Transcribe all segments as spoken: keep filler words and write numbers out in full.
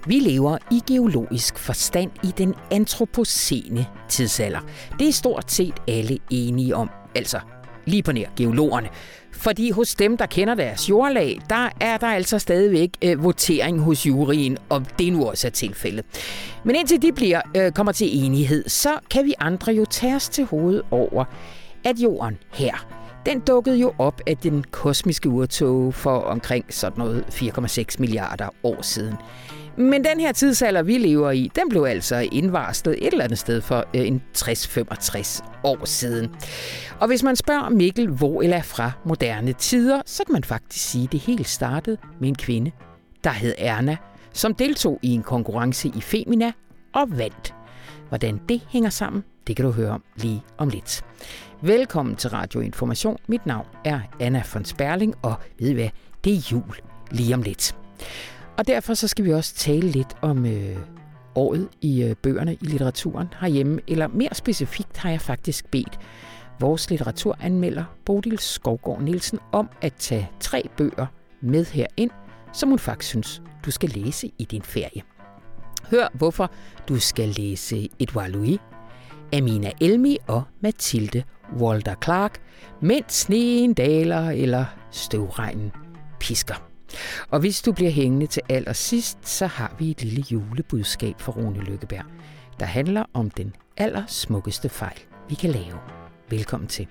Vi lever i geologisk forstand i den antropocene tidsalder. Det er stort set alle enige om, altså lige på nær geologerne. Fordi hos dem, der kender deres jordlag, der er der altså stadigvæk øh, votering hos juryen, om det nu også er tilfældet. Men indtil de bliver øh, kommer til enighed, så kan vi andre jo tage os til hovedet over, at jorden her, den dukkede jo op af den kosmiske urtog for omkring sådan noget fire komma seks milliarder år siden. Men den her tidsalder, vi lever i, den blev altså indvarslet et eller andet sted for en tres til femogtres år siden. Og hvis man spørger Mikkel, hvor eller fra moderne tider, så kan man faktisk sige, at det hele startede med en kvinde, der hed Erna, som deltog i en konkurrence i Femina og vandt. Hvordan det hænger sammen, det kan du høre om lige om lidt. Velkommen til Radio Information. Mit navn er Anna von Sperling, og ved I hvad, det er jul lige om lidt. Og derfor så skal vi også tale lidt om øh, året i øh, bøgerne i litteraturen herhjemme, eller mere specifikt har jeg faktisk bedt vores litteraturanmelder Bodil Skovgaard Nielsen om at tage tre bøger med herind, som hun faktisk synes, du skal læse i din ferie. Hør, hvorfor du skal læse Edouard Louis, Amina Elmi og Mathilde Walter Clark, mens sneen daler eller støvregnen pisker. Og hvis du bliver hængende til allersidst, så har vi et lille julebudskab fra Rune Lykkeberg, der handler om den allersmukkeste fejl, vi kan lave. Velkommen til.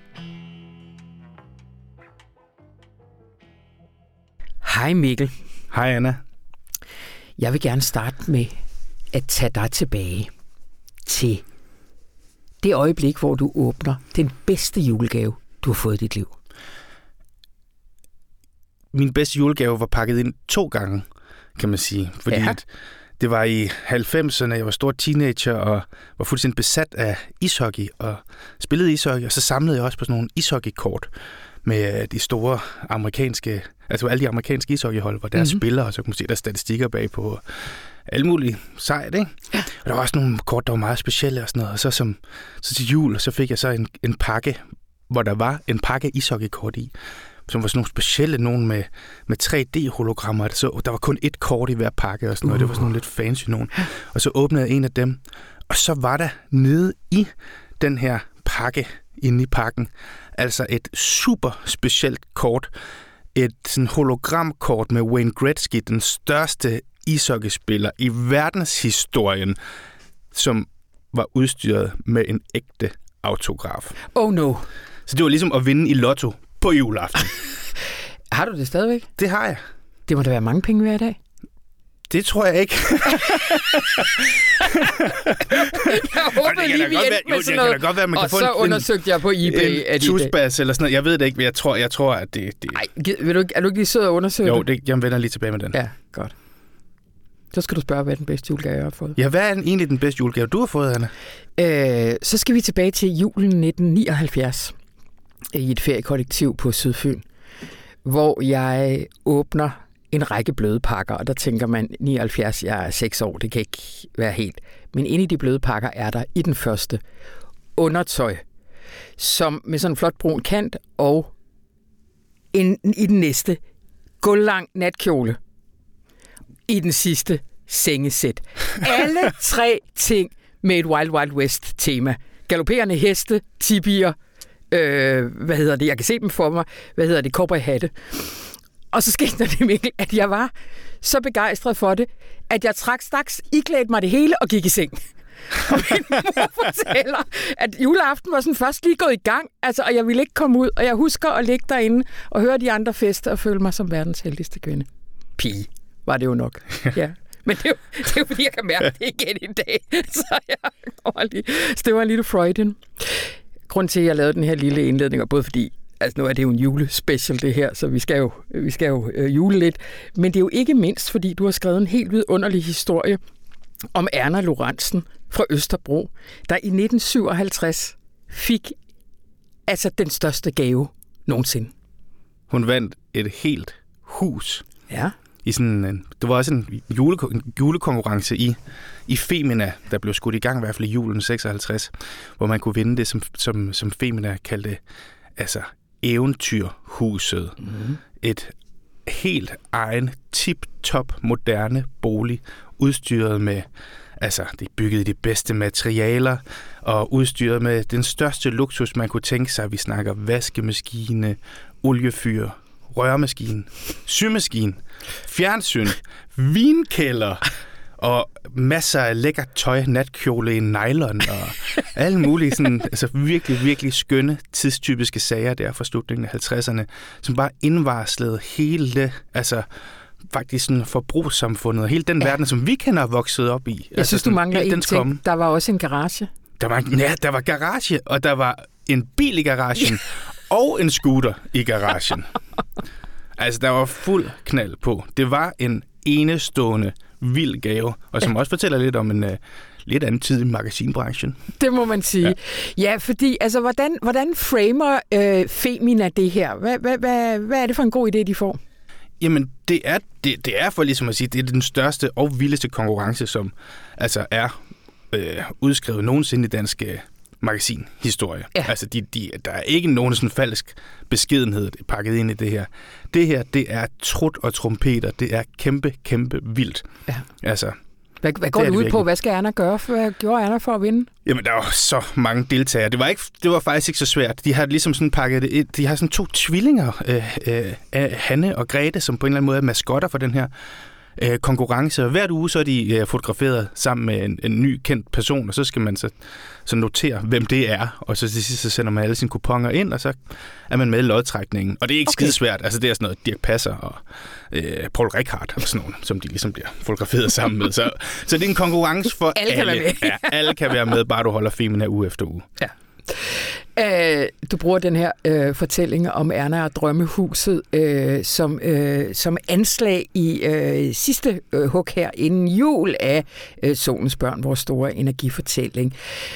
Hej Mikkel. Hej Anna. Jeg vil gerne starte med at tage dig tilbage til det øjeblik, hvor du åbner den bedste julegave, du har fået i dit liv. Min bedste julegave var pakket ind to gange, kan man sige. Fordi ja. Det var i halvfemserne, jeg var stor teenager og var fuldstændig besat af ishockey og spillede ishockey. Og så samlede jeg også på sådan nogle ishockeykort med de store amerikanske, altså alle de amerikanske ishockeyhold, hvor deres mm-hmm. spillere, og så kunne man se der statistikker bag på alle mulige sejt, ikke? Ja. Og der var også nogle kort, der var meget specielle og sådan noget. Og så, som, så til jul, så fik jeg så en, en pakke, hvor der var en pakke ishockeykort i, som var sådan nogle specielle, nogle med, med tre D-hologrammer. Så der var kun et kort i hver pakke og sådan noget. Uh. Det var sådan nogle lidt fancy nogen. Og så åbnede jeg en af dem, og så var der nede i den her pakke, inde i pakken, altså et super specielt kort. Et sådan hologramkort med Wayne Gretzky, den største ishockeyspiller i verdenshistorien, som var udstyret med en ægte autograf. Oh no. Så det var ligesom at vinde i lotto på juleaften. Har du det stadigvæk? Det har jeg. Det må da være mange penge hver dag. Det tror jeg ikke. Jeg håber lige, vi endte med sådan noget. Godt være, man og kan så få en, undersøgte jeg på eBay. En tusbas eller sådan noget. Jeg ved det ikke, men jeg tror, jeg tror at det... det... Ej, vil du, er du ikke lige sød at undersøge jo, det? Jo, jeg vender lige tilbage med den. Ja, godt. Så skal du spørge, hvad er den bedste julegave, jeg har fået. Ja, hvad er egentlig den bedste julegave, du har fået, Anna? Øh, så skal vi tilbage til julen nitten nioghalvfjerds i et feriekollektiv på Sydfyn, hvor jeg åbner en række bløde pakker, og der tænker man, nioghalvfjerds, jeg er seks år, det kan ikke være helt. Men inde i de bløde pakker er der i den første undertøj, som med sådan en flot brun kant, og en, i den næste gulvlang natkjole. I den sidste sengesæt. Alle tre ting med et Wild Wild West tema. Galopperende heste, tibier, øh, hvad hedder det, jeg kan se dem for mig, hvad hedder det, cowboyhatte. Og så skete der det, Mikkel, at jeg var så begejstret for det, at jeg trak straks, iklædte mig det hele og gik i seng. Og min mor fortæller, at juleaften var sådan først lige gået i gang, altså, og jeg ville ikke komme ud, og jeg husker at ligge derinde og høre de andre feste og føle mig som verdens heldigste kvinde. Pige var det jo nok, ja. Men det er, jo, det er jo fordi, jeg kan mærke det igen i dag. Så, jeg var lige, så det var en lille Freudian. Grunden til, at jeg lavede den her lille indledning, var både fordi, altså nu er det jo en julespecial det her, så vi skal jo, vi skal jo øh, jule lidt. Men det er jo ikke mindst, fordi du har skrevet en helt vidunderlig historie om Erna Lorentzen fra Østerbro, der i nitten syvoghalvtreds fik altså den største gave nogensinde. Hun vandt et helt hus. Ja. I sådan en, det var også en, jule, en julekonkurrence i, i Femina, der blev skudt i gang i hvert fald i julen seksoghalvtreds, hvor man kunne vinde det, som, som, som Femina kaldte altså eventyrhuset. Mm-hmm. Et helt egen tip-top moderne bolig, udstyret med, altså det er bygget i de bedste materialer, og udstyret med den største luksus, man kunne tænke sig. Vi snakker vaskemaskine, oliefyr, rørmaskine, symaskine, fjernsyn, vinkælder, og masser af lækkert tøj, natkjole i nylon og alle mulige sådan, altså virkelig, virkelig skønne tidstypiske sager der fra slutningen af halvtredserne, som bare indvarslede hele det, altså faktisk sådan forbrugssamfundet og hele den ja. verden, som vi kender vokset op i. Jeg altså, synes, sådan, du mangler en ting. Der var også en garage. Der var, ja, der var garage, og der var en bil i garagen og en scooter i garagen. Altså, der var fuld knald på. Det var en enestående vild gave, og som ja. også fortæller lidt om en uh, lidt anden tid i magasinbranchen. Det må man sige. Ja, ja fordi altså, hvordan, hvordan framer øh, Femina det her? Hvad, hvad, hvad, hvad er det for en god idé, de får? Jamen, det er, det, det er for ligesom at sige, det er den største og vildeste konkurrence, som altså er øh, udskrevet nogensinde i dansk øh, magasinhistorie. Ja. Altså, de, de, der er ikke nogen sådan falsk beskedenhed pakket ind i det her. Det her, det er trut og trompeter. Det er kæmpe, kæmpe vildt. Ja. Altså, hvad, hvad går det, det ud på? Hvad skal Erna gøre? Hvad gjorde Erna for at vinde? Jamen, der var så mange deltagere. Det var, ikke, det var faktisk ikke så svært. De har ligesom sådan pakket det ind. De har sådan to tvillinger, øh, øh, Hanne og Grete, som på en eller anden måde er maskotter for den her øh, konkurrence. Hvert uge så er de øh, fotograferet sammen med en, en ny kendt person, og så skal man så, så notere, hvem det er. Og så til sidst så sender man alle sine kuponer ind, og så er man med i lodtrækningen. Og det er ikke okay. skidesvært. Altså, det er sådan noget Dirch Passer og øh, Paul Rickard og sådan nogle, som de ligesom bliver fotograferet sammen med. Så, så det er en konkurrence for alle. Alle kan være med. Ja, alle kan være med, bare du holder Femina uge efter uge. Ja. Uh, du bruger den her uh, fortælling om Erna og Drømmehuset uh, som, uh, som anslag i uh, sidste uh, hug her inden jul af uh, Solens Børn, vores store energifortælling.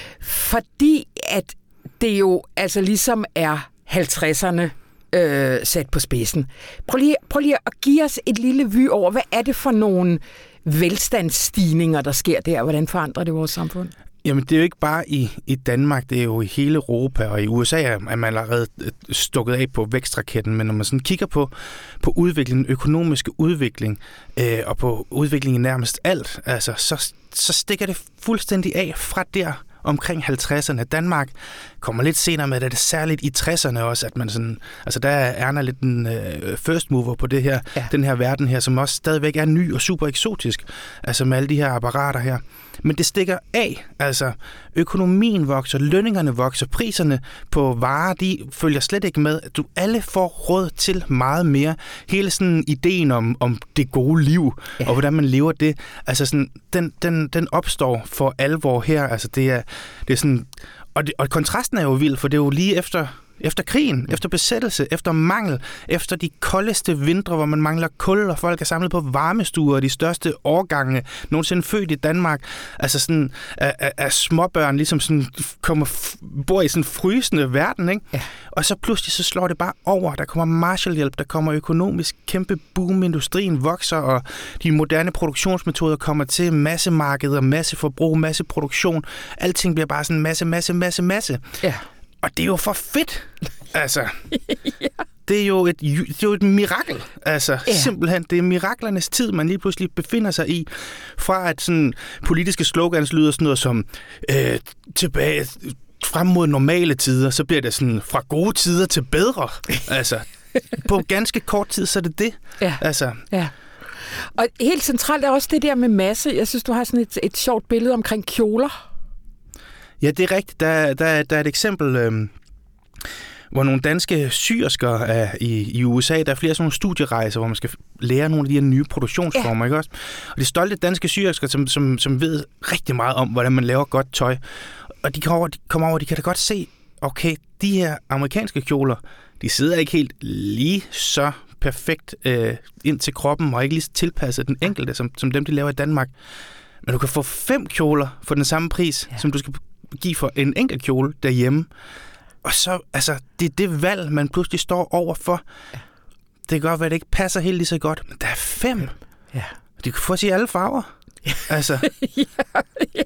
Fordi at det jo altså ligesom er halvtredserne uh, sat på spidsen. Prøv lige, prøv lige at give os et lille vy over, hvad er det for nogle velstandsstigninger, der sker der? Hvordan forandrer det vores samfund? Jamen, det er jo ikke bare i, i Danmark, det er jo i hele Europa, og i U S A er man allerede stukket af på vækstraketten, men når man sådan kigger på, på udviklingen, økonomiske udvikling, øh, og på udviklingen i nærmest alt, altså, så, så stikker det fuldstændig af fra der omkring halvtredserne. Danmark kommer lidt senere med det, det særligt i tresserne også, at man sådan, altså der er Erna lidt en uh, first mover på det her, ja. den her verden her, som også stadigvæk er ny og super eksotisk, altså med alle de her apparater her. Men det stikker af, altså økonomien vokser, lønningerne vokser, priserne på varer, de følger slet ikke med. Du alle får råd til meget mere. Hele sådan ideen om, om det gode liv, ja. og hvordan man lever det, altså sådan, den, den, den opstår for alvor her, altså det er, det er sådan, og, det, og kontrasten er jo vild, for det er jo lige efter Efter krigen, efter besættelse, efter mangel, efter de koldeste vintre, hvor man mangler kul, og folk er samlet på varmestuer, de største årgange nogensinde født i Danmark. Altså sådan, at, at småbørn ligesom sådan kommer, bor i sådan en frysende verden, ikke? Ja. Og så pludselig så slår det bare over. Der kommer Marshallhjælp, der kommer økonomisk kæmpe boom, industrien vokser, og de moderne produktionsmetoder kommer til, massemarkeder, masseforbrug, masseproduktion. Alting bliver bare sådan masse, masse, masse, masse. Ja. Og det er jo for fedt, altså. ja. Det er jo et, det er jo et mirakel, altså ja. simpelthen. Det er miraklernes tid, man lige pludselig befinder sig i. Fra at sådan politiske slogans lyder sådan noget som øh, tilbage frem mod normale tider, så bliver det sådan fra gode tider til bedre. altså, på ganske kort tid, så er det det. Ja. Altså. Ja. Og helt centralt er også det der med masse. Jeg synes, du har sådan et, et sjovt billede omkring kjoler. Ja, det er rigtigt. Der, der, der er et eksempel, øh, hvor nogle danske syersker er i, i U S A, der er flere sådan nogle studierejser, hvor man skal lære nogle af de her nye produktionsformer, ja. ikke også? Og de stolte danske syersker, som, som, som ved rigtig meget om, hvordan man laver godt tøj. Og de kommer over, de, kommer over, de kan da godt se, okay, de her amerikanske kjoler, de sidder ikke helt lige så perfekt øh, ind til kroppen, og ikke lige så tilpasset den enkelte, som, som dem, de laver i Danmark. Men du kan få fem kjoler for den samme pris, ja. som du skal give for en enkelt kjole derhjemme. Og så, altså, det er det valg, man pludselig står over for. Ja. Det kan godt være, at det ikke passer helt lige så godt, men der er fem. Ja. De kan få sig i alle farver. Ja. Altså. ja, ja.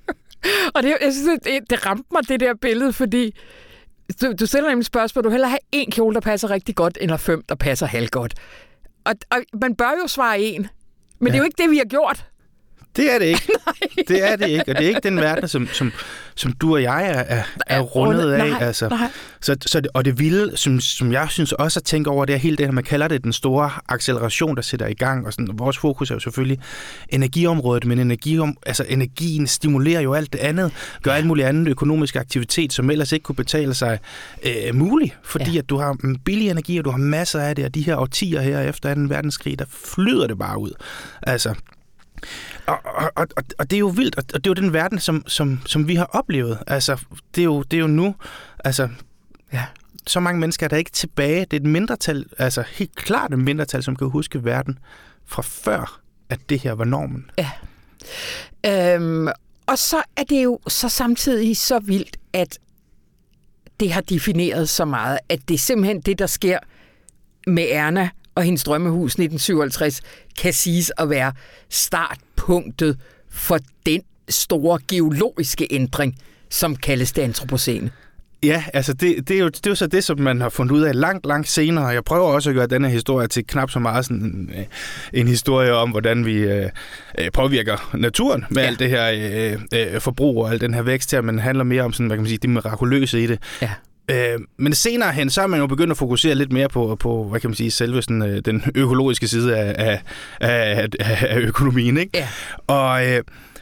Og det, jeg synes, det, det ramte mig, det der billede, fordi du, du stiller nemlig spørgsmål, du hellere have en kjole, der passer rigtig godt, eller fem, der passer halvgodt. og, og man bør jo svare en, men ja. det er jo ikke det, vi har gjort. Det er det ikke. Det er det ikke, og det er ikke den verden, som, som, som du og jeg er, er, er rundet af. Nej, altså. nej. Så, så det, og det vilde, som, som jeg synes også at tænke over, det er hele det her, man kalder det den store acceleration, der sætter i gang. Og sådan, vores fokus er jo selvfølgelig energiområdet, men energiom, altså, energien stimulerer jo alt det andet, gør alt muligt andet økonomisk aktivitet, som ellers ikke kunne betale sig øh, muligt, fordi ja. at du har billig energi, og du har masser af det, og de her årtier her efter anden verdenskrig, der flyder det bare ud. Altså... Og, og, og, og det er jo vildt, og det er jo den verden, som, som, som vi har oplevet. Altså, det er jo, det er jo nu, altså, ja, så mange mennesker er der ikke tilbage. Det er et mindretal, altså helt klart et mindretal, som kan huske verden fra før, at det her var normen. Ja. Øhm, og så er det jo så samtidig så vildt, at det har defineret så meget, at det er simpelthen det, der sker med Erna og hendes drømmehus nitten syvoghalvtreds, kan siges at være startpunktet for den store geologiske ændring, som kaldes det antropocæne. Ja, altså det, det, er jo, det er jo så det, som man har fundet ud af langt, langt senere. Jeg prøver også at gøre denne historie til knap så meget sådan en, en historie om, hvordan vi øh, påvirker naturen med ja. alt det her øh, forbrug og al den her vækst her, men handler mere om sådan, hvad kan man sige, det mirakuløse i det. Ja. Øh, men senere hen, så er man jo begyndt at fokusere lidt mere på, på hvad kan man sige, selve sådan, den økologiske side af, af, af, af økonomien, ikke? Ja. Og, øh,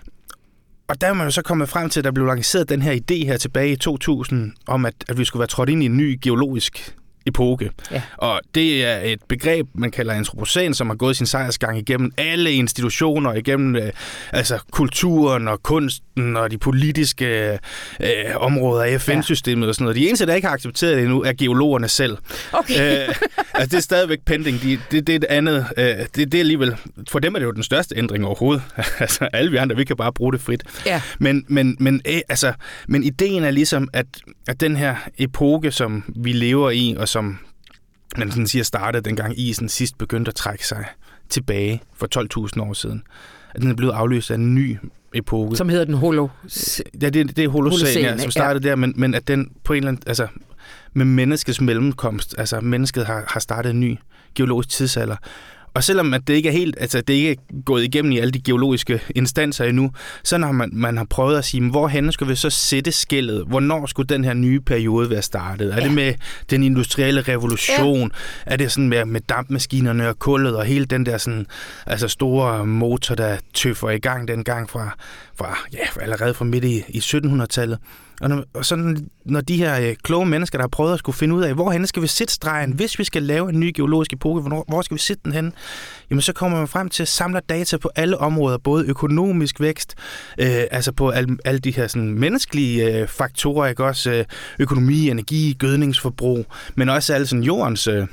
og der er man jo så kommet frem til, at der blev lanceret den her idé her tilbage i to tusind, om at, at vi skulle være trådt ind i en ny geologisk epoke. Ja. Og det er et begreb, man kalder antropocæn, som har gået sin sejrsgang igennem alle institutioner, igennem øh, altså kulturen og kunsten og de politiske øh, områder af F N-systemet ja. og sådan noget. De eneste, der ikke har accepteret det endnu, er geologerne selv. Okay. øh, altså, det er stadigvæk pending. De, det, det er et andet. Øh, det, det er alligevel, for dem er det jo den største ændring overhovedet. altså, alle vi andre, vi kan bare bruge det frit. Ja. Men, men, men, øh, altså, men ideen er ligesom, at, at den her epoke, som vi lever i, og som man sådan siger startede, dengang isen sidst begyndte at trække sig tilbage for tolv tusind år siden. At den er blevet afløst af en ny epoke. Som hedder den holo... Ja, det, det er holocæn, ja, som startede ja. der, men, men at den på en eller anden... Altså, med menneskets mellemkomst, altså mennesket har, har startet en ny geologisk tidsalder. Og selvom at det ikke er helt, altså det ikke er gået igennem i alle de geologiske instanser endnu, så når man, man har prøvet at sige, hvorhenne skulle vi så sætte skellet? Hvornår skulle den her nye periode være startet? Ja. Er det med den industrielle revolution? Ja. Er det sådan med, med dampmaskinerne og kullet og hele den der sådan, altså store motor, der tøffer i gang dengang fra, fra ja, allerede fra midt i, i syttenhundredetallet? Og, når, og sådan, når de her øh, kloge mennesker, der har prøvet at skulle finde ud af, hvorhen skal vi sætte stregen, hvis vi skal lave en ny geologisk epoke, hvor, hvor skal vi sætte den hen? Jamen så kommer man frem til at samle data på alle områder, både økonomisk vækst, øh, altså på alle, alle de her sådan, menneskelige øh, faktorer, ikke også øh, økonomi, energi, gødningsforbrug, men også alle sådan jordens øh,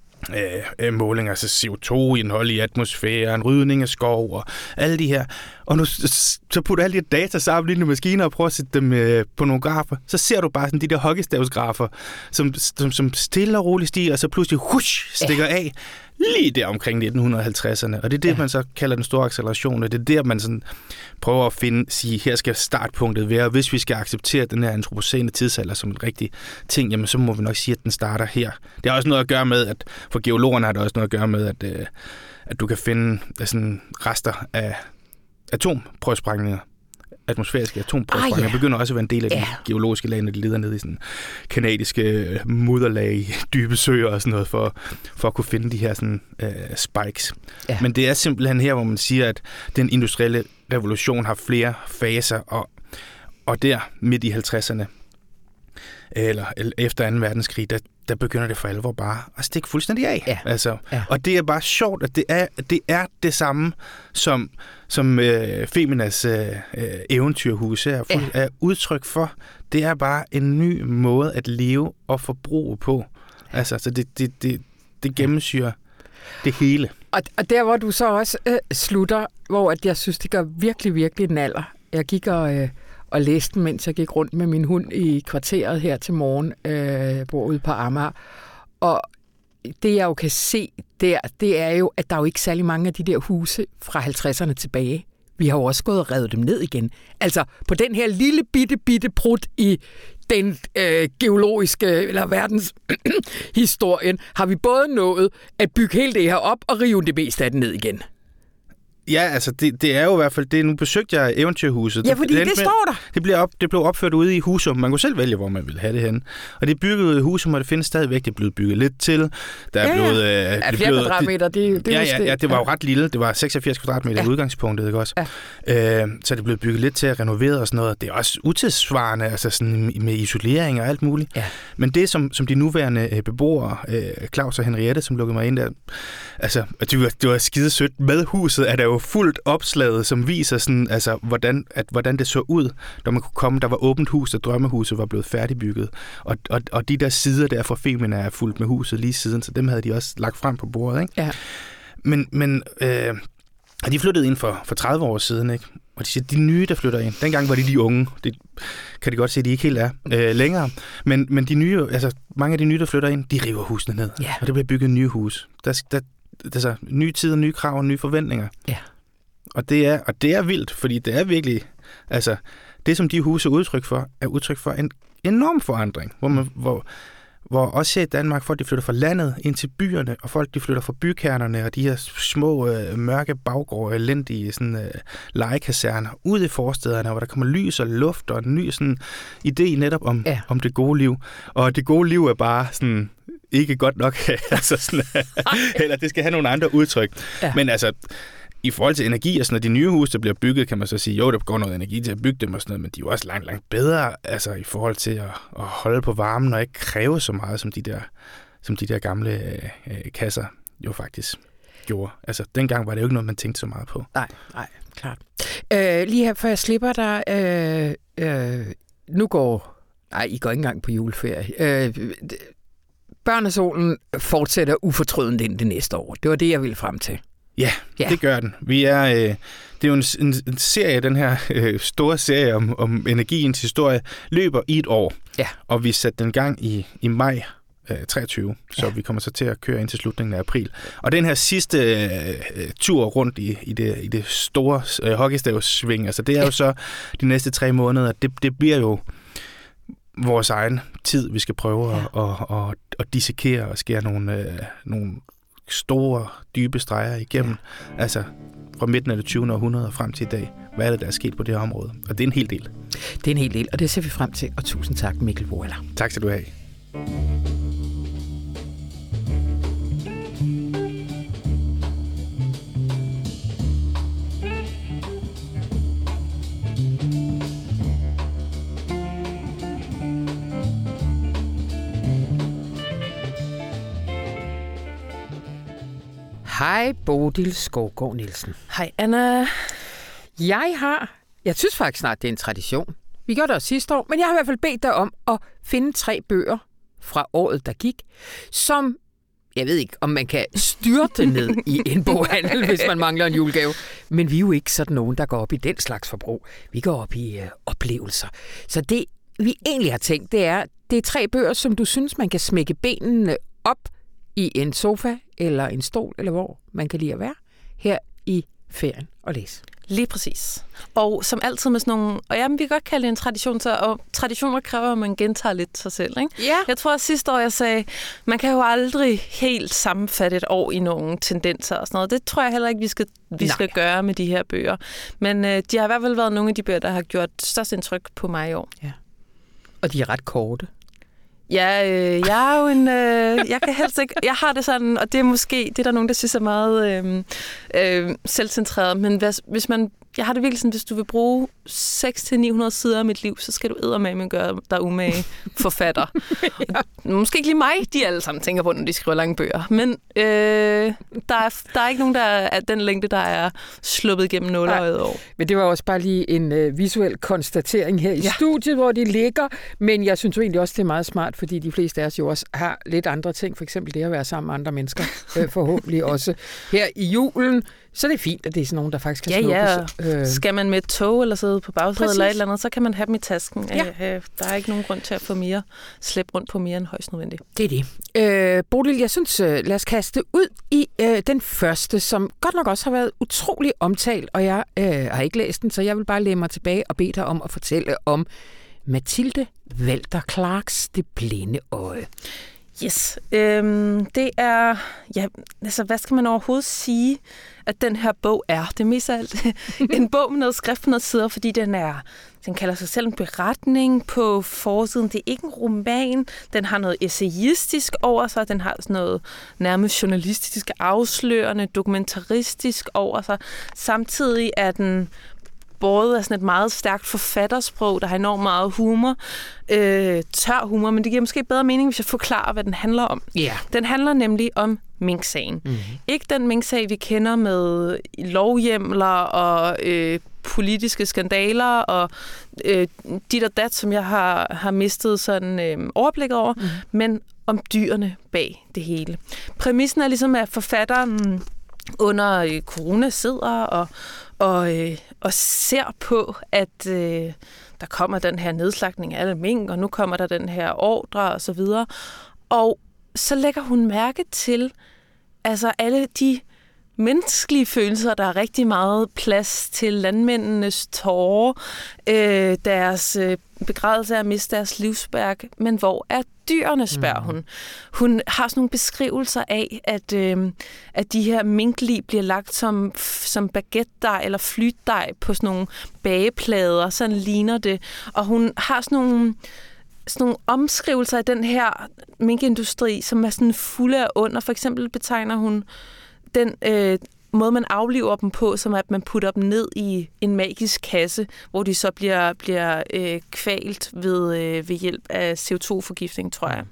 Øh, målinger, altså C O to indhold i atmosfæren, rydning af skov og alle de her. Og nu så putter alle de her data sammen i maskiner og prøver at sætte dem øh, på nogle grafer. Så ser du bare sådan de der hockeystavsgrafer, som, som, som stille og roligt stiger, og så pludselig hush, stikker af lige der omkring nitten halvtredserne. Og det er det, ja. man så kalder den store acceleration, og det er der, man sådan prøver at finde, sige, her skal startpunktet være, og hvis vi skal acceptere den her antropocæne tidsalder som en rigtig ting, jamen så må vi nok sige, at den starter her. Det har også noget at gøre med, at for geologerne har det også noget at gøre med, at, øh, at du kan finde sådan rester af atomprøvesprængninger, atmosfæriske atomprøvesprængninger, ah, ja. begynder også at være en del af ja. de geologiske lag, når de leder ned i sådan kanadiske mudderlag i dybe søer og sådan noget, for, for at kunne finde de her sådan, øh, spikes. Ja. Men det er simpelthen her, hvor man siger, at den industrielle revolution har flere faser, og, og der midt i halvtredserne, eller efter anden verdenskrig, der, der begynder det for alvor bare at stikke fuldstændig af. Ja. Altså, ja. Og det er bare sjovt, at det er det, er det samme, som, som øh, Feminas øh, eventyrhus er, ja. er udtryk for. Det er bare en ny måde at leve og forbruge på. Ja. Altså, så det, det, det, det gennemsyrer det hele. Og, og der, hvor du så også øh, slutter, hvor at jeg synes, det gør virkelig, virkelig en alder. Jeg gik og... Øh, og læste den, mens jeg gik rundt med min hund i kvarteret her til morgen, øh, bor ude på Amager. Og det, jeg jo kan se der, det er jo, at der er jo ikke særlig mange af de der huse fra halvtredserne tilbage. vi har jo også gået og revet dem ned igen. Altså på den her lille bitte, bitte prut i den øh, geologiske eller verdens historien, har vi både nået at bygge hele det her op og rive det meste af det ned igen. Ja, altså det, det er jo i hvert fald det. Nu besøgte jeg Eventyrhuset. Ja, fordi det, det står der. Det blev, op, det blev opført ude i Husum. Man kunne selv vælge, hvor man ville have det henne. Og det er bygget i Husum, og det findes stadigvæk. Det er blevet bygget lidt til. Der er ja, blevet... Øh, ja, det flere blevet, kvadratmeter, det, det ja, er ja, ja, det var jo ret lille. Det var seksogfirs kvadratmeter ja. i udgangspunktet, ikke også? Ja. Øh, så det er blevet bygget lidt til at renovere og sådan noget. Det er også utidssvarende, altså sådan med isolering og alt muligt. Ja. Men det, som, som de nuværende beboere, øh, Claus og Henriette, som lukkede mig ind der, altså, det var, det var skidesødt. Med huset er der jo fuldt opslaget, som viser sådan, altså, hvordan, at, hvordan det så ud, når man kunne komme. Der var åbent hus, og drømmehuset var blevet færdigbygget. Og, og, og de der sider der fra Femina er fuldt med huset lige siden, så dem havde de også lagt frem på bordet, ikke? Ja. Men, men øh, de flyttede ind for, for tredive år siden, ikke? Og de siger, de nye, der flytter ind, dengang var de lige unge. Det kan de godt se, at de ikke helt er øh, længere. Men, men de nye, altså mange af de nye, der flytter ind, de river husene ned. Ja. Og det bliver bygget nye hus. Der, der, altså, nye tider, nye krav og nye forventninger. Ja. Og det er, og det er vildt, fordi det er virkelig, altså, det som de huse er udtryk for, er udtryk for en enorm forandring, hvor man, hvor, hvor også her i Danmark, folk de flytter fra landet ind til byerne, og folk de flytter fra bykernerne, og de her små, øh, mørke baggårde, elendige sådan, øh, legekaserner, ud i forstederne, hvor der kommer lys og luft, og en ny sådan, idé netop om, ja. om det gode liv. Og det gode liv er bare sådan, ikke godt nok, altså sådan, eller det skal have nogle andre udtryk. Ja. Men altså, i forhold til energi og sådan noget, de nye huse, der bliver bygget, kan man så sige, jo, der går noget energi til at bygge dem og sådan noget, men de er jo også langt, langt bedre, altså i forhold til at, at holde på varmen og ikke kræve så meget, som de der, som de der gamle øh, kasser jo faktisk gjorde. Altså, dengang var det jo ikke noget, man tænkte så meget på. Nej, nej, klart. Øh, lige her, før jeg slipper dig, øh, øh, nu går, nej, I går ikke engang på juleferie. Øh, Børnesolen fortsætter ufortrødent ind det næste år. Det var det, jeg ville frem til. Ja, ja, det gør den. Vi er, øh, det er jo en, en, en serie, den her øh, store serie om, om energiens historie, løber i et år. Ja. Og vi satte den gang i, i maj øh, treogtyve, så ja. vi kommer så til at køre ind til slutningen af april. Og den her sidste øh, tur rundt i, i, det, i det store øh, hockeystavssving, altså det er ja. jo så de næste tre måneder, det, det bliver jo vores egen tid, vi skal prøve ja. at, at, at, at dissekere og skære nogle, øh, nogle store, dybe streger igennem, ja. altså fra midten af det tyvende århundrede og frem til i dag. Hvad er det, der er sket på det her område? Og det er en hel del. Det er en hel del, og det ser vi frem til. Og tusind tak, Mikkel Voaler. Tak skal du have. Hej, Bodil Skovgaard Nielsen. Hej, Anna. Jeg har, jeg synes faktisk snart, det er en tradition. Vi gjorde det også sidste år, men jeg har i hvert fald bedt dig om at finde tre bøger fra året, der gik, som, jeg ved ikke, om man kan styrte ned i en boghandel, hvis man mangler en julegave. Men vi er jo ikke sådan nogen, der går op i den slags forbrug. Vi går op i øh, oplevelser. Så det, vi egentlig har tænkt, det er, det er tre bøger, som du synes, man kan smække benene op i en sofa eller en stol, eller hvor man kan lide at være, her i ferien og læse. Lige præcis. Og som altid med sådan nogle, og jamen, vi kan godt kalde det en tradition, så, og traditioner kræver, at man gentager lidt sig selv, ikke? Ja. Jeg tror, at sidste år, jeg sagde, man kan jo aldrig helt sammenfatte et år i nogle tendenser og sådan noget. Det tror jeg heller ikke, vi skal, vi skal gøre med de her bøger. Men øh, de har i hvert fald været nogle af de bøger, der har gjort størst indtryk på mig i år. Ja. Og de er ret korte. Ja, øh, jeg er jo en... Øh, jeg kan helst ikke... Jeg har det sådan, og det er måske... Det er der nogen, der synes er meget øh, øh, selvcentreret, men hvis, hvis man... Jeg har det virkelig sådan, hvis du vil bruge seks til ni hundrede sider af mit liv, så skal du eddermame gøre dig umage forfatter. Ja. Måske ikke lige mig, de alle sammen tænker på, når de skriver lange bøger. Men øh, der, er, der er ikke nogen, der er den længde, der er sluppet igennem nåleøjet år. Men det var også bare lige en øh, visuel konstatering her i ja. studiet, hvor de ligger. Men jeg synes jo egentlig også, det er meget smart, fordi de fleste af os jo også har lidt andre ting. For eksempel det at være sammen med andre mennesker. øh, forhåbentlig også her i julen. Så det er fint, at det er sådan nogen, der faktisk kan ja, snuppes. Ja, Øh. Skal man med et tog eller sidde på bagsædet eller et eller andet, så kan man have dem i tasken. Ja. Øh, der er ikke nogen grund til at få mere slæb rundt på mere end højst nødvendigt. Det er det. Øh, Bodil, jeg synes, lad os kaste ud i øh, den første, som godt nok også har været utrolig omtalt, og jeg øh, har ikke læst den, så jeg vil bare læne mig tilbage og bede dig om at fortælle om Mathilde Walter Clarks Det blinde øje. Yes. Øhm, det er, ja, altså hvad skal man overhovedet sige, at den her bog er? Det er mest af alt en bog med noget skrift på noget sider, fordi den er, den kalder sig selv en beretning på forsiden. Det er ikke en roman. Den har noget essayistisk over sig. Den har sådan noget nærmest journalistisk afslørende, dokumentaristisk over sig. Samtidig er den båret af sådan et meget stærkt forfattersprog, der har enormt meget humor, øh, tør humor, men det giver måske bedre mening, hvis jeg forklarer, hvad den handler om. Yeah. Den handler nemlig om Mink-sagen. Mm-hmm. Ikke den Mink-sag, vi kender med lovhjemler og øh, politiske skandaler og øh, dit og dat, som jeg har, har mistet sådan øh, overblikket over, mm-hmm. men om dyrene bag det hele. Præmissen er ligesom, at forfatteren under øh, corona sidder og Og, øh, og ser på, at øh, der kommer den her nedslagtning af alle mink, og nu kommer der den her ordre og så videre. Og så lægger hun mærke til altså alle de menneskelige følelser, der er rigtig meget plads til landmændenes tårer, øh, deres øh, begrædelse af at miste deres livsværk, men hvor er dyrene, spørger mm. hun. Hun har sådan nogle beskrivelser af, at, øh, at de her minklig bliver lagt som, som baguette-dej eller flytdej på sådan nogle bageplader, sådan ligner det. Og hun har sådan nogle sådan nogle omskrivelser af den her minkindustri, som er sådan fulde af under. For eksempel betegner hun den øh, måde, man afliver dem på, som at man putter dem ned i en magisk kasse, hvor de så bliver, bliver øh, kvalt ved, øh, ved hjælp af C O to forgiftning, tror jeg.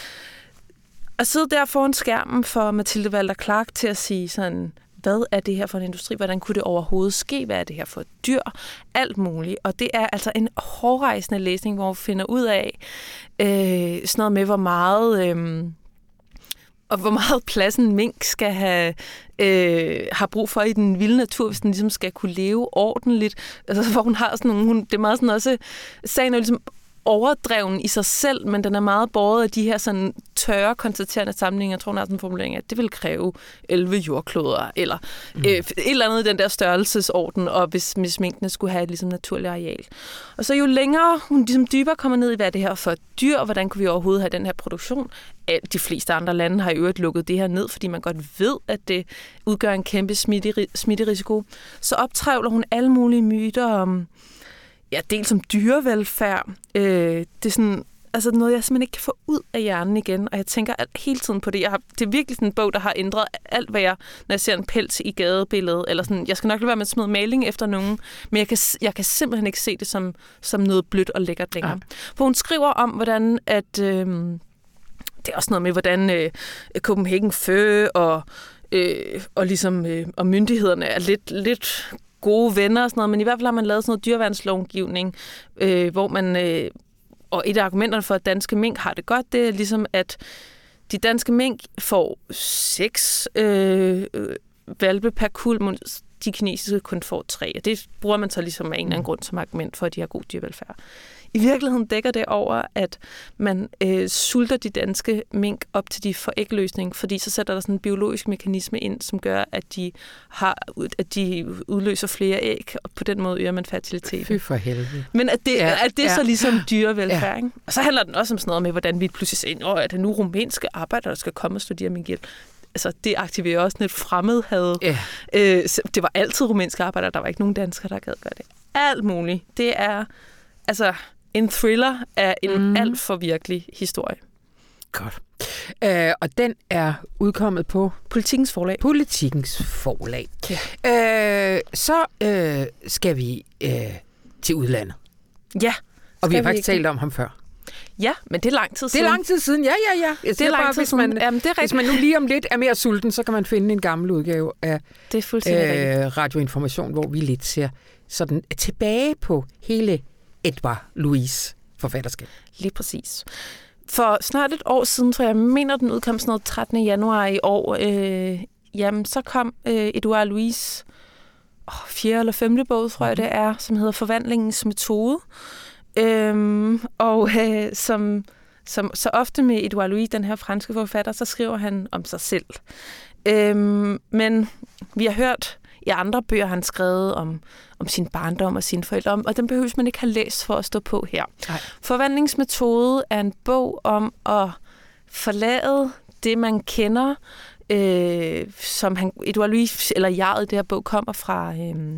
At sidde der foran skærmen for Mathilde Walter Clark til at sige sådan, hvad er det her for en industri? Hvordan kunne det overhovedet ske? Hvad er det her for et dyr? Alt muligt. Og det er altså en hårrejsende læsning, hvor vi finder ud af øh, sådan noget med, hvor meget... Øh, og hvor meget plads en mink skal have, øh, har brug for i den vilde natur, hvis den ligesom skal kunne leve ordentligt. Altså, hvor hun har sådan nogle, hun, det er meget sådan også, sagen er ligesom overdreven i sig selv, men den er meget båret af de her sådan tørre, konstaterende sammenligninger. Jeg tror, hun har sådan en formulering, at det vil kræve elleve jordkloder, eller mm. øh, et eller andet i den der størrelsesorden, og hvis, hvis minkene skulle have et ligesom naturligt areal. Og så jo længere hun ligesom dybere kommer ned i, hvad det her for et dyr, og hvordan kunne vi overhovedet have den her produktion. De fleste andre lande har i øvrigt lukket det her ned, fordi man godt ved, at det udgør en kæmpe smitterisiko. Så optrævler hun alle mulige myter om, ja, dels om dyrevelfærd. Øh, det er sådan, altså noget, jeg simpelthen ikke kan få ud af hjernen igen, og jeg tænker hele tiden på det. Jeg har, det er virkelig sådan en bog, der har ændret alt, hvad jeg, når jeg ser en pels i gadebilledet, eller sådan, jeg skal nok lade være med at smide maling efter nogen, men jeg kan, jeg kan simpelthen ikke se det som, som noget blødt og lækkert længere. Ja. For hun skriver om, hvordan at... Øh, det er også noget med, hvordan øh, Copenhagen Fur og, øh, og, ligesom, øh, og myndighederne er lidt, lidt gode venner og sådan noget, men i hvert fald har man lavet sådan noget dyreværnslovgivning, øh, hvor man, øh, og et af argumenterne for, at danske mink har det godt, det er ligesom, at de danske mink får seks øh, valpe per kuld, mens de kinesiske kun får tre, og det bruger man så ligesom af en eller anden grund som argument for, at de har god dyrevelfærd. I virkeligheden dækker det over, at man øh, sulter de danske mink op til de får ægløsning, fordi så sætter der sådan en biologisk mekanisme ind, som gør, at de, har, at de udløser flere æg, og på den måde øger man fertilitet. Fy for helvede. Men at det, ja, at det er ja. så ligesom dyrevelfærd. Ja. Og så handler den også om sådan noget med, hvordan vi pludselig ser, at det nu rumænske arbejdere, der skal komme og studere minkhjælp. Altså, det aktiverer også lidt fremmedhad. Ja. Øh, det var altid rumænske arbejdere, der var ikke nogen danskere, der gad gøre det. Alt muligt. Det er, altså... En thriller er en mm. alt for virkelig historie. Godt. Øh, og den er udkommet på Politikens Forlag. Politikens Forlag. Ja. Øh, så øh, skal vi øh, til udlandet. Ja. Og vi har faktisk talt om ham før. Ja, men det er lang tid siden. Det er lang tid siden, ja, ja, ja. Jeg det er lang bare, tid hvis man, siden. Jamen, det er hvis man nu lige om lidt er mere sulten, så kan man finde en gammel udgave af det er fuldstændig øh, radioinformation, hvor vi lidt ser sådan tilbage på hele Edvard Louis forfatterskab. Lige præcis. For snart et år siden, tror jeg, mener den udkom sådan noget trettende januar i år, øh, jamen så kom øh, Edvard Louis oh, fjerde eller femte bog, tror jeg det er, som hedder Forvandlingens metode. Øhm, og øh, som, som så ofte med Edouard Louis, den her franske forfatter, så skriver han om sig selv. Øhm, men vi har hørt i andre bøger, han skrevet om, om sin barndom og sine forældre, og den behøves man ikke have læst for at stå på her. Nej. Forvandlingsmetode er en bog om at forlade det, man kender, øh, som han, Edouard Louis, eller jeget i det her bog, kommer fra, øh,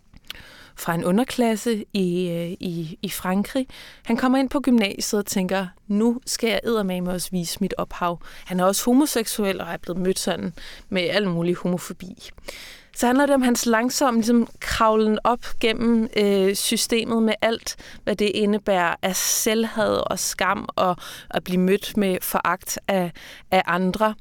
fra en underklasse i, øh, i, i Frankrig. Han kommer ind på gymnasiet og tænker, nu skal jeg eddermame også vise mit ophav. Han er også homoseksuel og er blevet mødt sådan med al mulig homofobi. Så handler det om hans langsomme ligesom, kravlen op gennem øh, systemet med alt, hvad det indebærer af selvhad og skam og at blive mødt med foragt af, af andre.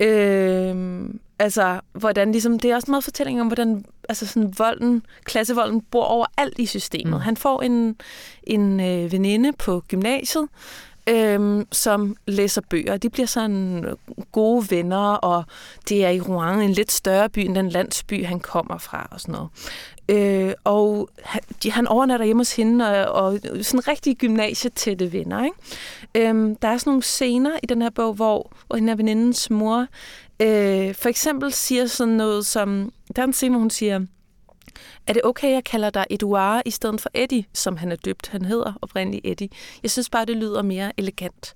Øh, altså, hvordan ligesom, det er også meget fortælling om, hvordan altså sådan, volden, klassevolden bor overalt i systemet. Mm. Han får en, en øh, veninde på gymnasiet, Øhm, som læser bøger. De bliver sådan gode venner, og det er i Rouen, en lidt større by end den landsby, han kommer fra og sådan noget. Øh, og han, de, han overnatter hjemme hos hende, og, og sådan rigtig gymnasietætte venner. Ikke? Øhm, der er sådan nogle scener i den her bog, hvor, hvor hende er venindens mor øh, for eksempel siger sådan noget som, der er en scene, hvor hun siger, er det okay, jeg kalder dig Edouard i stedet for Eddie, som han er døbt? Han hedder oprindeligt Eddie. Jeg synes bare, det lyder mere elegant.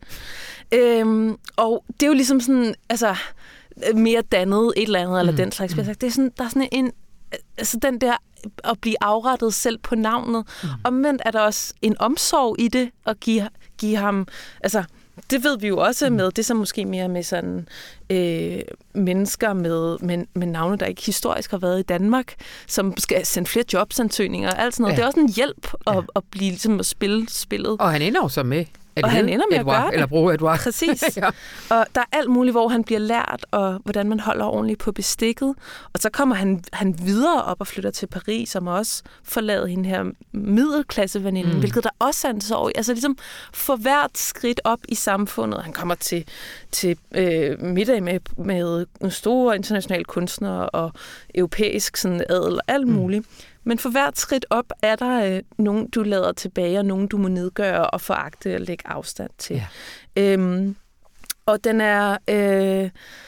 Øhm, og det er jo ligesom sådan, altså, mere dannet et eller andet, mm. eller den slags. Mm. Det er sådan, der er sådan en, altså den der at blive afrettet selv på navnet. Mm. Omvendt er der også en omsorg i det, at give, give ham, altså, det ved vi jo også med, det som måske mere med sådan øh, mennesker med, med, med navne, der ikke historisk har været i Danmark, som skal sende flere jobsansøgninger og alt sådan noget. Ja. Det er også en hjælp at, ja. at blive ligesom at spille spillet. Og han ender jo så med. Og han ender med Edouard, at gøre det. Eller bruge Edouard. Præcis. Ja. Og der er alt muligt, hvor han bliver lært, og hvordan man holder ordentligt på bestikket. Og så kommer han, han videre op og flytter til Paris, som også forlader hende her middelklasseveninde, mm. hvilket der også er en sorg i. Altså ligesom for hvert skridt op i samfundet. Han kommer til, til øh, middag med, med store internationale kunstnere og europæisk sådan, adel og alt muligt. Mm. Men for hvert skridt op er der øh, nogen, du lader tilbage, og nogen, du må nedgøre og foragte og lægge afstand til. Ja. Øhm, og den er, øh,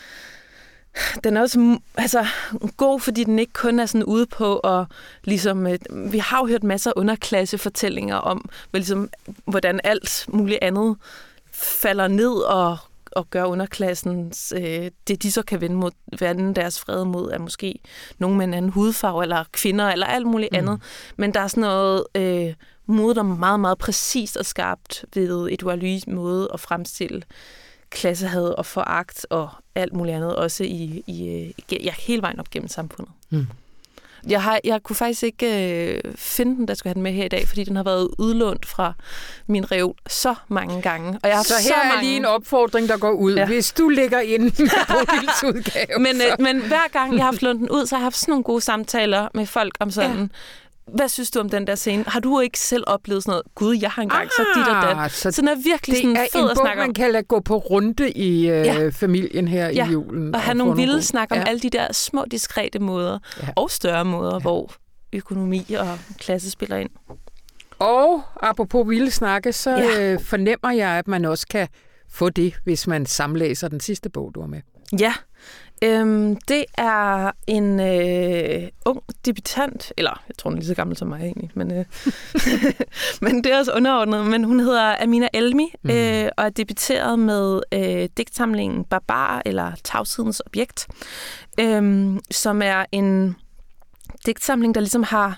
den er også altså, god, fordi den ikke kun er sådan ude på at ligesom, øh, vi har jo hørt masser af underklassefortællinger om, hvor, ligesom, hvordan alt muligt andet falder ned og og gøre underklassen, øh, det de så kan vende, mod, vende deres fred mod, er måske nogen med en anden hudfarve, eller kvinder, eller alt muligt mm. andet. Men der er sådan noget øh, mod, der er meget, meget præcist og skarpt ved Edouard Louis' måde at fremstille klassehad og foragt og alt muligt andet, også i, i, i ja, hele vejen op gennem samfundet. Mm. Jeg, har, jeg kunne faktisk ikke øh, finde den, der skulle have den med her i dag, fordi den har været udlånt fra min reol så mange gange. Og jeg har så her så er mange... lige en opfordring, der går ud, ja. Hvis du lægger ind med Bodils udgave. Men, øh, men hver gang jeg har haft lånt den ud, så har jeg haft sådan nogle gode samtaler med folk om sådan... Ja. Hvad synes du om den der scene? Har du ikke selv oplevet sådan noget? Gud, jeg har engang ah, sagt dit og dat. Så, så den er virkelig sådan fed at snakke om. Det er en bog, man kan lade gå på runde i øh, ja. familien her ja. i julen. Og, og have nogle vilde snak om ja. alle de der små, diskrete måder. Ja. Og større måder, ja. hvor økonomi og klasse spiller ind. Og apropos vilde snakke, så ja. øh, fornemmer jeg, at man også kan få det, hvis man samlæser den sidste bog, du har med. Ja. Øhm, det er en øh, ung debutant, eller jeg tror, hun er lige så gammel som mig egentlig, men, øh, men det er også underordnet. Men hun hedder Amina Elmi, mm. øh, og er debuteret med øh, digtsamlingen Barbar, eller Tavshedens objekt, øh, som er en digtsamling, der ligesom har,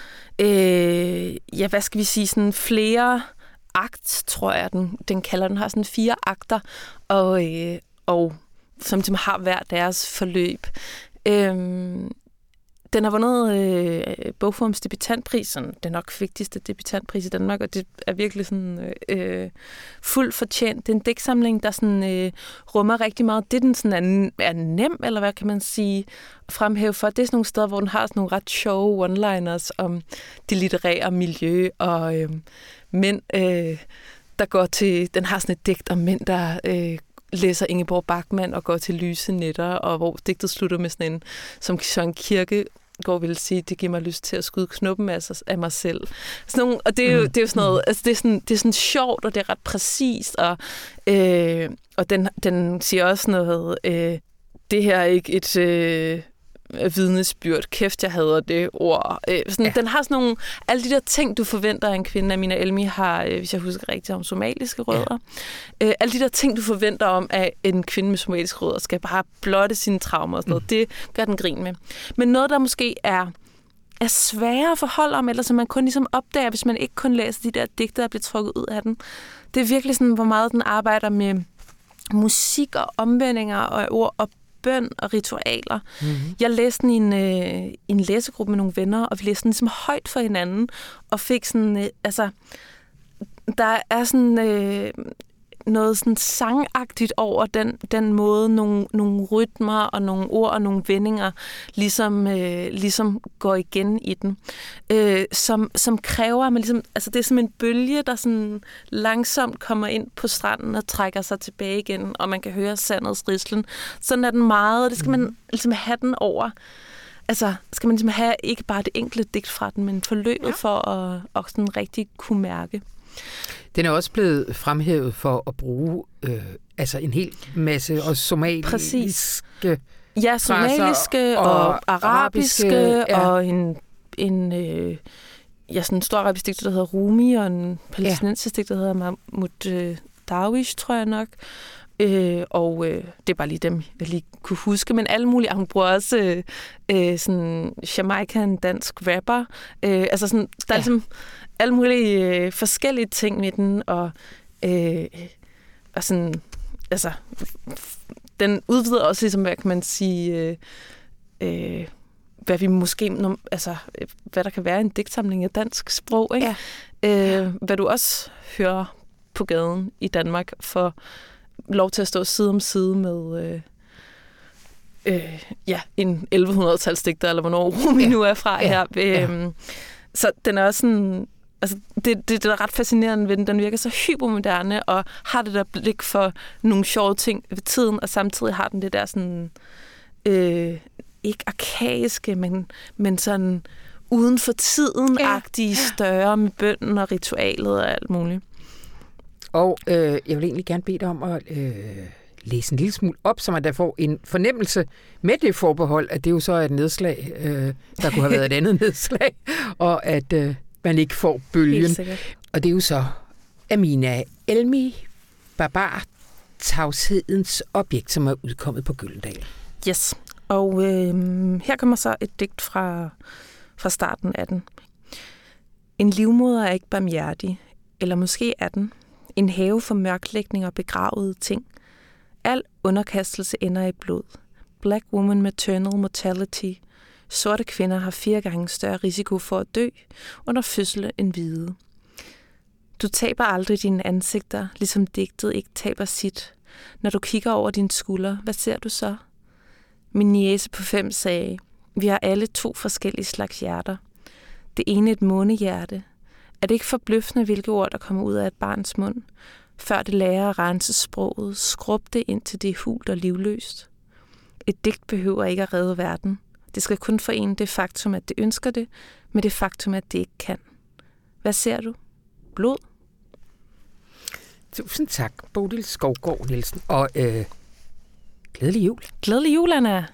øh, ja, hvad skal vi sige, sådan flere akt, tror jeg, den, den kalder den, har sådan fire akter, og, øh, og som ligesom har hver deres forløb. Øhm, den har vundet øh, Bogforums debutantpris, sådan, den nok vigtigste debutantpris i Danmark, og det er virkelig sådan øh, fuldt fortjent. Det er en digtsamling, der sådan, øh, rummer rigtig meget. Det, den sådan er, er nem, eller hvad kan man sige, at fremhæve for. Det er sådan nogle steder, hvor den har sådan nogle ret sjove one-liners om det litterære miljø, og øh, mænd, øh, der går til... Den har sådan et digt om mænd, der... Øh, læser Ingeborg Bachmann og går til lyse nætter, og hvor digtet slutter med sådan en, som Søren Kierke, Holmgaard ville sige, det giver mig lyst til at skyde knuppen af, sig, af mig selv. Sådan nogle, og det er, jo, det er jo sådan noget, altså det er sådan, det er sådan sjovt, og det er ret præcist, og, øh, og den, den siger også noget, øh, det her er ikke et øh, vidnesbyrd, kæft, jeg hader det ord. Øh, sådan, ja. Den har sådan nogle, alle de der ting, du forventer af en kvinde. Amina Elmi har, øh, hvis jeg husker rigtigt, om somaliske rødder. Ja. Øh, alle de der ting, du forventer om, at en kvinde med somaliske rødder skal bare blotte sine traumer og sådan noget. Mm. Det gør den grin med. Men noget, der måske er, er sværere at forholde om, eller som man kun ligesom opdager, hvis man ikke kun læser de der digte, der bliver trukket ud af den. Det er virkelig sådan, hvor meget den arbejder med musik og omvendinger og ord og bøn og ritualer. Mm-hmm. Jeg læste den i en, øh, en læsegruppe med nogle venner, og vi læste den ligesom højt for hinanden, og fik sådan, øh, altså, der er sådan øh, noget sådan sangagtigt over den, den måde, nogle, nogle rytmer og nogle ord og nogle vendinger ligesom, øh, ligesom går igen i den. Øh, som, som kræver, at man ligesom, altså det er som en bølge, der sådan langsomt kommer ind på stranden og trækker sig tilbage igen, og man kan høre sandets rislen. Sådan er den meget, det skal man ligesom have den over. Altså, skal man ligesom have ikke bare det enkelte digt fra den, men forløbet ja. for at, at sådan rigtig kunne mærke. Den er også blevet fremhævet for at bruge øh, altså en hel masse og somaliske Præcis. Ja, somaliske og, og arabiske, arabiske ja. og en, en øh, ja, sådan en stor arabisk digter, der hedder Rumi, og en palæstinensisk digter, der hedder Mahmoud øh, Darwish, tror jeg nok. Øh, og øh, det er bare lige dem, jeg lige kunne huske, men alle mulige. Hun bruger også øh, øh, sådan Jamaican dansk rapper. Øh, altså sådan, der er ja. ligesom alle mulige øh, forskellige ting med den, og, øh, og sådan, altså, den udvider også ligesom, hvad kan man sige, øh, øh, hvad vi måske, når, altså, hvad der kan være en digtsamling af dansk sprog, ikke? Ja. Øh, hvad du også hører på gaden i Danmark, for lov til at stå side om side med øh, øh, ja, en elleve hundrede-tals digter, eller hvornår Rumi ja. nu er fra ja. her. Øh, ja. Så den er også sådan, altså, det, det, det er ret fascinerende ved den. Den virker så hypermoderne, og har det der blik for nogle sjove ting ved tiden, og samtidig har den det der sådan, øh, ikke arkaiske, men, men sådan uden for tiden-agtige ja. større med bønnen og ritualet og alt muligt. Og øh, jeg vil egentlig gerne bede dig om at øh, læse en lille smule op, så man der får en fornemmelse med det forbehold, at det jo så er et nedslag, øh, der kunne have været et andet nedslag, og at øh, man ikke får bølgen. Og det er jo så Amina Elmi, Barbar, tavshedens objekt, som er udkommet på Gyldendal. Yes, og øh, her kommer så et digt fra, fra starten af den. En livmoder er ikke barmhjertig, eller måske er den. En have for mørklægning og begravede ting. Al underkastelse ender i blod. Black woman maternal mortality. Sorte kvinder har fire gange større risiko for at dø under fødsel end hvide. Du taber aldrig dine ansigter, ligesom digtet ikke taber sit. Når du kigger over dine skuldre, hvad ser du så? Min niece på fem sagde, vi har alle to forskellige slags hjerter. Det ene et månehjerte. Er det ikke forbløffende, hvilke ord, der kommer ud af et barns mund, før det lærer at rense sproget, skrub det indtil det er hult og livløst? Et digt behøver ikke at redde verden. Det skal kun forene det faktum, at det ønsker det, med det faktum, at det ikke kan. Hvad ser du? Blod? Tusind tak, Bodil Skovgaard Nielsen. Og øh, glædelig jul. Glædelig jul, Anna.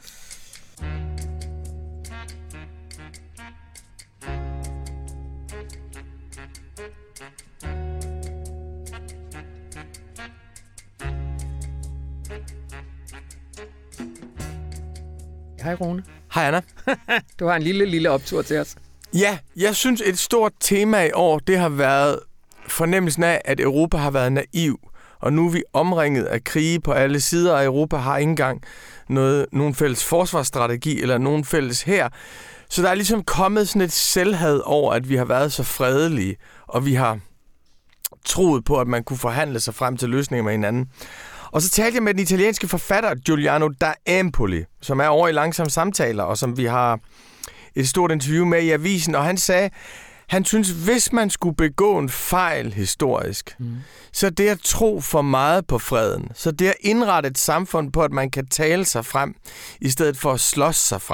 Hej Rune. Hej Anna. Du har en lille, lille optur til os. Ja, jeg synes et stort tema i år, det har været fornemmelsen af, at Europa har været naiv. Og nu er vi omringet af krige på alle sider, og Europa har ikke engang noget, nogen fælles forsvarsstrategi eller nogen fælles hær. Så der er ligesom kommet sådan et selvhad over, at vi har været så fredelige, og vi har troet på, at man kunne forhandle sig frem til løsninger med hinanden. Og så talte jeg med den italienske forfatter Giuliano da Empoli, som er over i Langsomme Samtaler, og som vi har et stort interview med i avisen, og han sagde, han synes, hvis man skulle begå en fejl historisk, mm. så det at tro for meget på freden, så det at indrette et samfund på, at man kan tale sig frem, i stedet for at slås sig frem,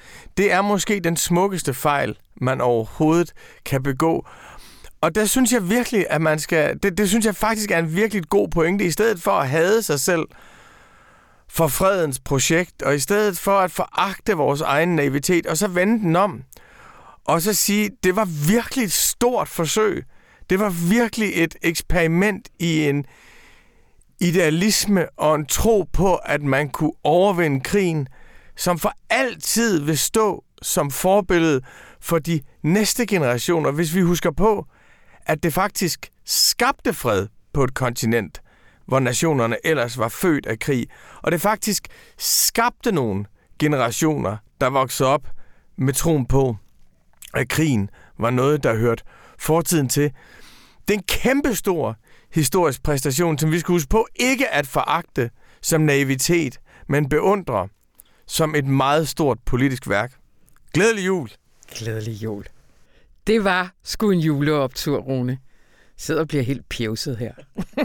det er måske den smukkeste fejl, man overhovedet kan begå. Og der synes jeg virkelig, at man skal... Det, det synes jeg faktisk er en virkelig god pointe. I stedet for at hade sig selv for fredens projekt, og i stedet for at foragte vores egen naivitet, og så vende den om, og så sige, det var virkelig et stort forsøg. Det var virkelig et eksperiment i en idealisme og en tro på, at man kunne overvinde krigen, som for altid vil stå som forbillede for de næste generationer, hvis vi husker på, at det faktisk skabte fred på et kontinent, hvor nationerne ellers var født af krig. Og det faktisk skabte nogle generationer, der voksede op med troen på, at krigen var noget, der hørte fortiden til. Det er en kæmpestor historisk præstation, som vi skal huske på ikke at foragte som naivitet, men beundre som et meget stort politisk værk. Glædelig jul! Glædelig jul. Det var sgu en juleoptur, Rune. Sidder og bliver helt pjevset her.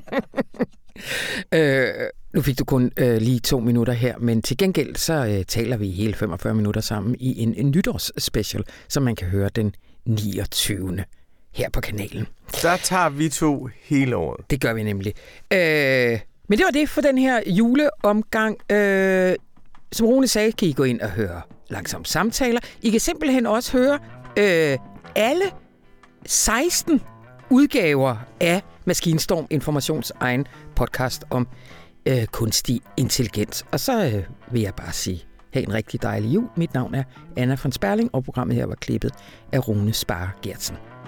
øh, nu fik du kun øh, lige to minutter her, men til gengæld så øh, taler vi hele femogfyrre minutter sammen i en, en nytårsspecial, som man kan høre den niogtyvende her på kanalen. Der tager vi to hele året. Det gør vi nemlig. Øh, men det var det for den her juleomgang. Øh, som Rune sagde, kan I gå ind og høre langsomme samtaler. I kan simpelthen også høre øh, alle seksten udgaver af Maskinstorm Informations egen podcast om øh, kunstig intelligens. Og så øh, vil jeg bare sige, have en rigtig dejlig jul. Mit navn er Anna von Sperling, og programmet her var klippet af Rune Spar Gertsen.